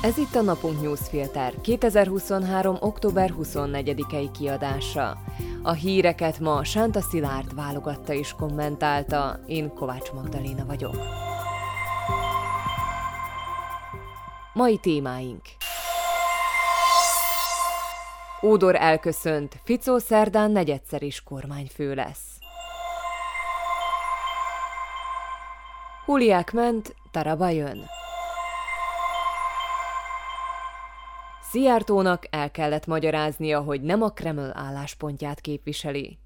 Ez itt a Napunk Newsfilter 2023. október 24-i kiadása. A híreket ma Sánta Szilárd válogatta és kommentálta, én Kovács Magdaléna vagyok. Mai témáink: Ódor elköszönt, Fico szerdán negyedszer is kormányfő lesz. Huliák ment, Taraba jön. Szijjártónak el kellett magyaráznia, hogy nem a Kreml álláspontját képviseli.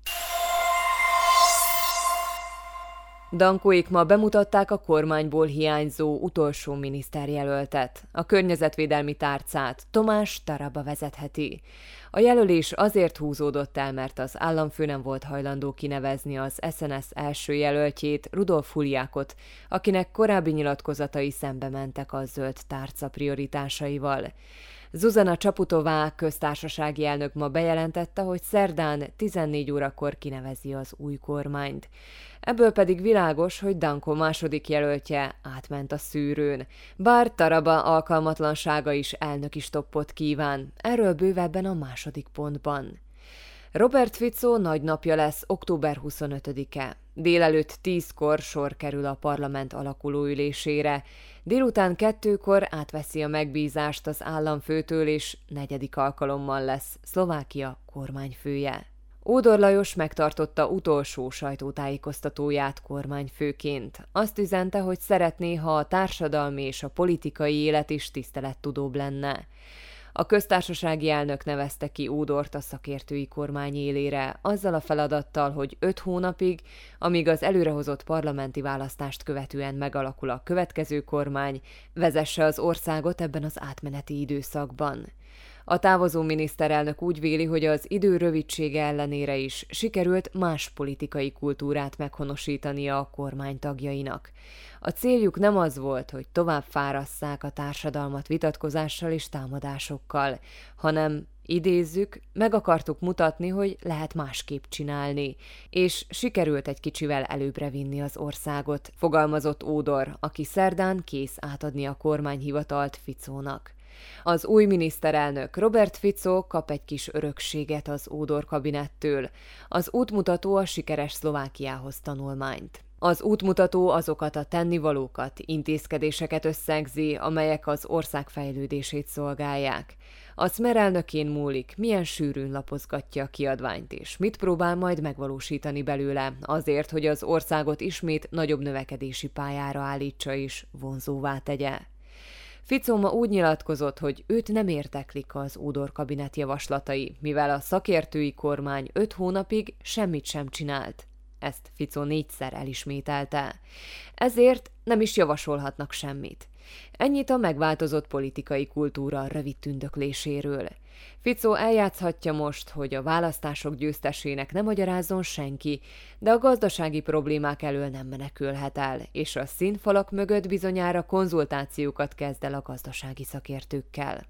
Dankóik ma bemutatták a kormányból hiányzó utolsó miniszterjelöltet. A környezetvédelmi tárcát Tomás Taraba vezetheti. A jelölés azért húzódott el, mert az államfő nem volt hajlandó kinevezni az SNS első jelöltjét, Rudolf Huliákot, akinek korábbi nyilatkozatai szembe mentek a zöld tárca prioritásaival. Zuzana Csaputová köztársasági elnök ma bejelentette, hogy szerdán 14 órakor kinevezi az új kormányt. Ebből pedig világos, hogy Danko második jelöltje átment a szűrőn, bár Taraba alkalmatlansága is elnöki stoppot kíván. Erről bővebben a második pontban. Robert Fico nagy napja lesz október 25-e. Délelőtt 10-kor sor kerül a parlament alakulóülésére. Délután 2-kor átveszi a megbízást az államfőtől, és 4. alkalommal lesz Szlovákia kormányfője. Ódor Lajos megtartotta utolsó sajtótájékoztatóját kormányfőként. Azt üzente, hogy szeretné, ha a társadalmi és a politikai élet is tisztelettudóbb lenne. A köztársasági elnök nevezte ki Ódort a szakértői kormány élére, azzal a feladattal, hogy 5 hónapig, amíg az előrehozott parlamenti választást követően megalakul a következő kormány, vezesse az országot ebben az átmeneti időszakban. A távozó miniszterelnök úgy véli, hogy az idő rövidsége ellenére is sikerült más politikai kultúrát meghonosítania a kormány tagjainak. A céljuk nem az volt, hogy tovább fárasszák a társadalmat vitatkozással és támadásokkal, hanem, idézzük, meg akartuk mutatni, hogy lehet másképp csinálni, és sikerült egy kicsivel előbbre vinni az országot, fogalmazott Ódor, aki szerdán kész átadni a kormányhivatalt Ficónak. Az új miniszterelnök Robert Fico kap egy kis örökséget az Ódor kabinettől. Az útmutató a sikeres Szlovákiához tanulmányt. Az útmutató azokat a tennivalókat, intézkedéseket összegzi, amelyek az ország fejlődését szolgálják. A Smer elnökén múlik, milyen sűrűn lapozgatja a kiadványt, és mit próbál majd megvalósítani belőle, azért, hogy az országot ismét nagyobb növekedési pályára állítsa és vonzóvá tegye. Fico ma úgy nyilatkozott, hogy őt nem érteklik az Ódor kabinet javaslatai, mivel a szakértői kormány 5 hónapig semmit sem csinált. Ezt Fico 4-szer elismételte. Ezért nem is javasolhatnak semmit. Ennyit a megváltozott politikai kultúra rövid tündökléséről. Fico eljátszhatja most, hogy a választások győztesének nem magyarázzon senki, de a gazdasági problémák elől nem menekülhet el, és a színfalak mögött bizonyára konzultációkat kezd el a gazdasági szakértőkkel.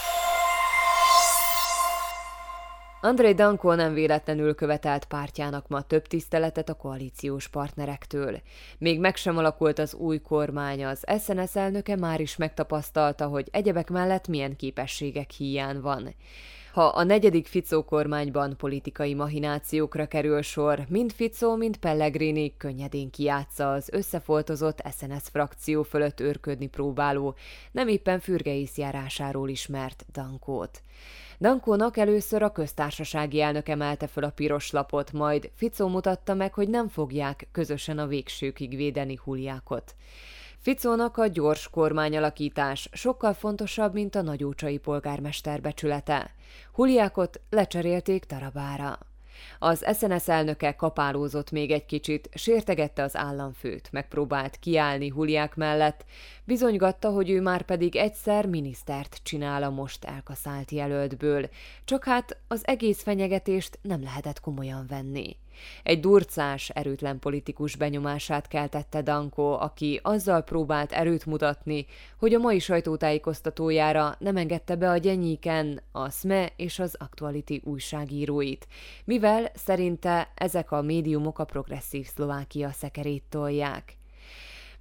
Andrej Danko nem véletlenül követelt pártjának ma több tiszteletet a koalíciós partnerektől. Még meg sem alakult az új kormány, az SNS elnöke már is megtapasztalta, hogy egyebek mellett milyen képességek hiány van. Ha a 4. Fico kormányban politikai mahinációkra kerül sor, mind Fico, mind Pellegrini könnyedén kijátsza az összefoltozott SNS frakció fölött őrködni próbáló, nem éppen fürgeészjárásáról ismert Dankót. Dankónak először a köztársasági elnök emelte föl a piros lapot, majd Fico mutatta meg, hogy nem fogják közösen a végsőkig védeni Huliákot. Ficónak a gyors kormányalakítás sokkal fontosabb, mint a nagyócsai polgármester becsülete. Huliákot lecserélték Tarabára. Az SNS elnöke kapálózott még egy kicsit, sértegette az államfőt, megpróbált kiállni Huliák mellett, bizonygatta, hogy ő már pedig egyszer minisztert csinál a most elkaszált jelöltből, csak hát az egész fenyegetést nem lehetett komolyan venni. Egy durcás, erőtlen politikus benyomását keltette Danko, aki azzal próbált erőt mutatni, hogy a mai sajtótájékoztatójára nem engedte be a Gyenyíken, a SME és az Aktuality újságíróit, mivel szerinte ezek a médiumok a progresszív Szlovákia szekerét tolják.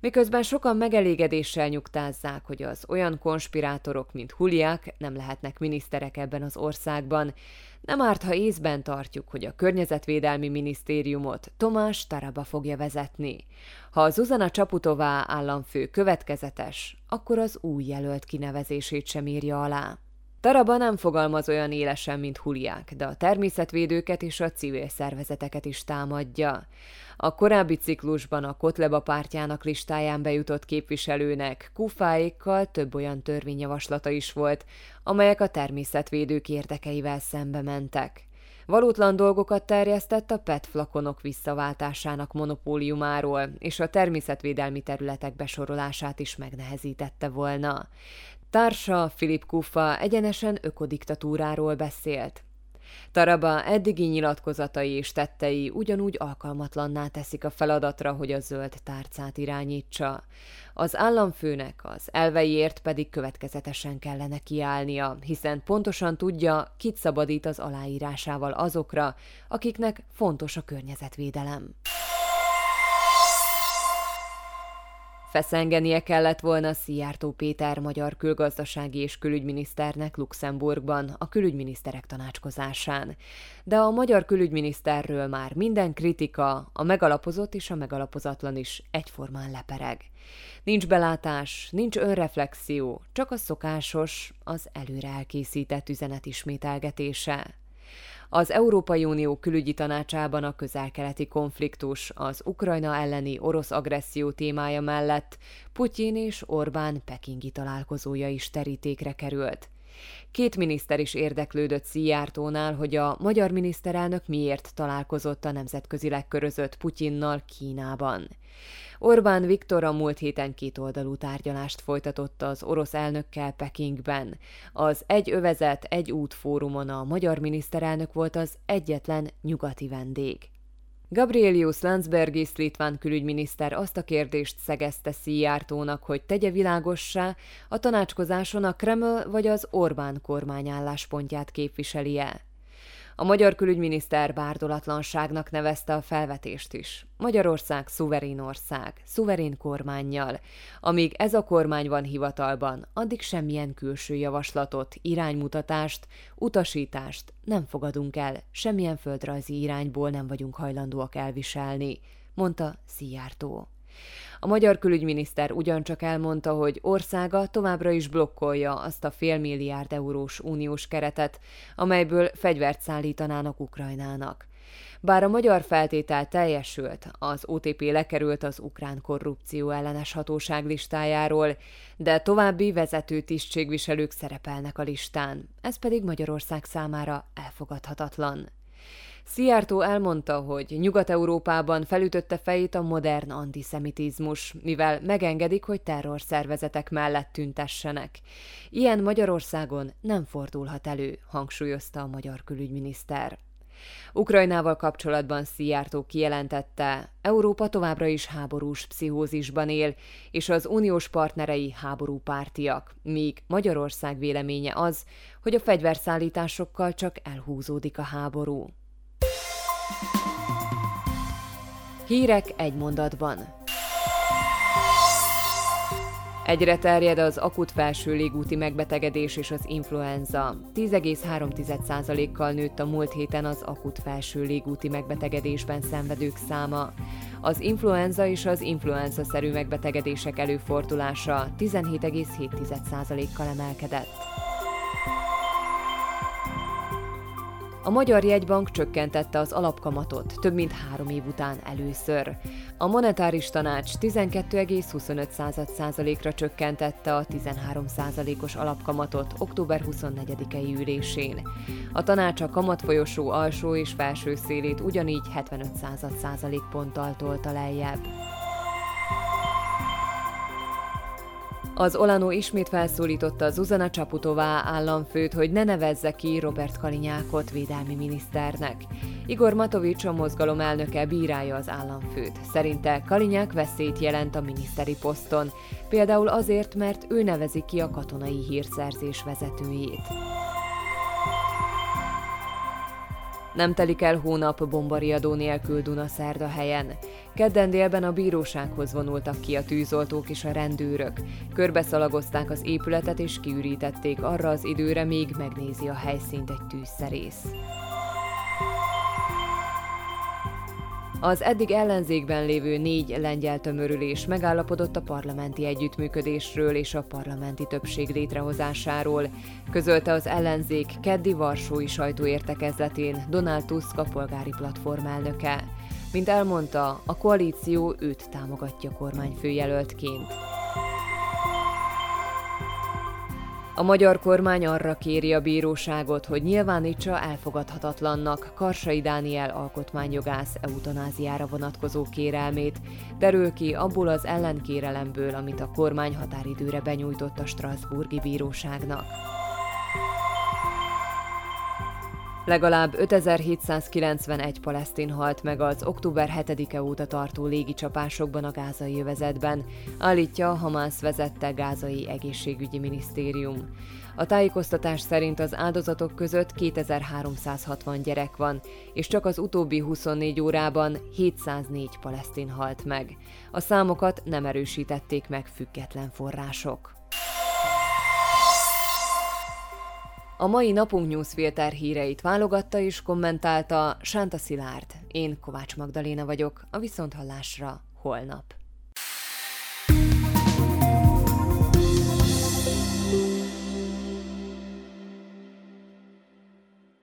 Miközben sokan megelégedéssel nyugtázzák, hogy az olyan konspirátorok, mint Huliák nem lehetnek miniszterek ebben az országban, nem árt, ha észben tartjuk, hogy a Környezetvédelmi Minisztériumot Tomás Taraba fogja vezetni. Ha Zuzana Csaputová államfő következetes, akkor az új jelölt kinevezését sem írja alá. Taraba nem fogalmaz olyan élesen, mint Huliák, de a természetvédőket és a civil szervezeteket is támadja. A korábbi ciklusban a Kotleba pártjának listáján bejutott képviselőnek Kufáékkal több olyan törvényjavaslata is volt, amelyek a természetvédők érdekeivel szembe mentek. Valótlan dolgokat terjesztett a PET flakonok visszaváltásának monopóliumáról, és a természetvédelmi területek besorolását is megnehezítette volna. Társa, Filip Kufa egyenesen ökodiktatúráról beszélt. Taraba eddigi nyilatkozatai és tettei ugyanúgy alkalmatlanná teszik a feladatra, hogy a zöld tárcát irányítsa. Az államfőnek az elveiért pedig következetesen kellene kiállnia, hiszen pontosan tudja, kit szabadít az aláírásával azokra, akiknek fontos a környezetvédelem. Feszengenie kellett volna Szijjártó Péter magyar külgazdasági és külügyminiszternek Luxemburgban a külügyminiszterek tanácskozásán. De a magyar külügyminiszterről már minden kritika, a megalapozott és a megalapozatlan is egyformán lepereg. Nincs belátás, nincs önreflexió, csak a szokásos, az előre elkészített üzenet ismételgetése. Az Európai Unió külügyi tanácsában a közel-keleti konfliktus, az Ukrajna elleni orosz agresszió témája mellett Putyin és Orbán pekingi találkozója is terítékre került. Két miniszter is érdeklődött Szijjártónál, hogy a magyar miniszterelnök miért találkozott a nemzetközileg körözött Putyinnal Kínában. Orbán Viktor a múlt héten kétoldalú tárgyalást folytatott az orosz elnökkel Pekingben. Az Egy övezet, egy út fórumon a magyar miniszterelnök volt az egyetlen nyugati vendég. Gabrielius Landsbergis litván külügyminiszter azt a kérdést szegezte Szijjártónak, hogy tegye világossá, a tanácskozáson a Kreml vagy az Orbán kormány álláspontját képviseli-e. A magyar külügyminiszter bárdolatlanságnak nevezte a felvetést is. Magyarország szuverén ország, szuverén kormánnyal. Amíg ez a kormány van hivatalban, addig semmilyen külső javaslatot, iránymutatást, utasítást nem fogadunk el, semmilyen földrajzi irányból nem vagyunk hajlandóak elviselni, mondta Szijjártó. A magyar külügyminiszter ugyancsak elmondta, hogy országa továbbra is blokkolja azt a $500 milliárd eurós uniós keretet, amelyből fegyvert szállítanának Ukrajnának. Bár a magyar feltétel teljesült, az OTP lekerült az ukrán korrupció ellenes hatóság listájáról, de további vezető tisztségviselők szerepelnek a listán, ez pedig Magyarország számára elfogadhatatlan. Szijjártó elmondta, hogy Nyugat-Európában felütötte fejét a modern antiszemitizmus, mivel megengedik, hogy terrorszervezetek mellett tüntessenek. Ilyen Magyarországon nem fordulhat elő, hangsúlyozta a magyar külügyminiszter. Ukrajnával kapcsolatban Szijjártó kijelentette, Európa továbbra is háborús pszichózisban él, és az uniós partnerei háborúpártiak, míg Magyarország véleménye az, hogy a fegyverszállításokkal csak elhúzódik a háború. Hírek egy mondatban. Egyre terjed az akut felső légúti megbetegedés és az influenza. 10,3%-kal nőtt a múlt héten az akut felső légúti megbetegedésben szenvedők száma. Az influenza és az influenza-szerű megbetegedések előfordulása 17,7%-kal emelkedett. A Magyar Jegybank csökkentette az alapkamatot több mint 3 év után először. A monetáris tanács 12,25%-ra csökkentette a 13%-os alapkamatot október 24-i ülésén. A tanács a kamatfolyosó alsó és felső szélét ugyanígy 0,75%-ponttal tolta lejjebb. Az Olano ismét felszólította Zuzana Csaputová államfőt, hogy ne nevezze ki Robert Kalinyákot védelmi miniszternek. Igor Matovics, a mozgalom elnöke bírálja az államfőt. Szerinte Kalinyák veszélyt jelent a miniszteri poszton, például azért, mert ő nevezi ki a katonai hírszerzés vezetőjét. Nem telik el hónap bombariadó nélkül Dunaszerdahelyen. Kedden délben a bírósághoz vonultak ki a tűzoltók és a rendőrök. Körbeszalagozták az épületet és kiürítették arra az időre, míg megnézi a helyszínt egy tűzszerész. Az eddig ellenzékben lévő 4 lengyel tömörülés megállapodott a parlamenti együttműködésről és a parlamenti többség létrehozásáról, közölte az ellenzék keddi varsói sajtóértekezletén Donald Tusk, a polgári platform elnöke. Mint elmondta, a koalíció őt támogatja kormányfőjelöltként. A magyar kormány arra kéri a bíróságot, hogy nyilvánítsa elfogadhatatlannak Karsai Dániel alkotmányjogász eutanáziára vonatkozó kérelmét, derül ki abból az ellenkérelemből, amit a kormány határidőre benyújtott a strasbourgi bíróságnak. Legalább 5791 palesztin halt meg az október 7-e óta tartó légicsapásokban a gázai övezetben, állítja a Hamász vezette gázai egészségügyi minisztérium. A tájékoztatás szerint az áldozatok között 2360 gyerek van, és csak az utóbbi 24 órában 704 palesztin halt meg. A számokat nem erősítették meg független források. A mai Napunk Newsfilter híreit válogatta és kommentálta Sánta Szilárd. Én Kovács Magdaléna vagyok, a viszonthallásra holnap.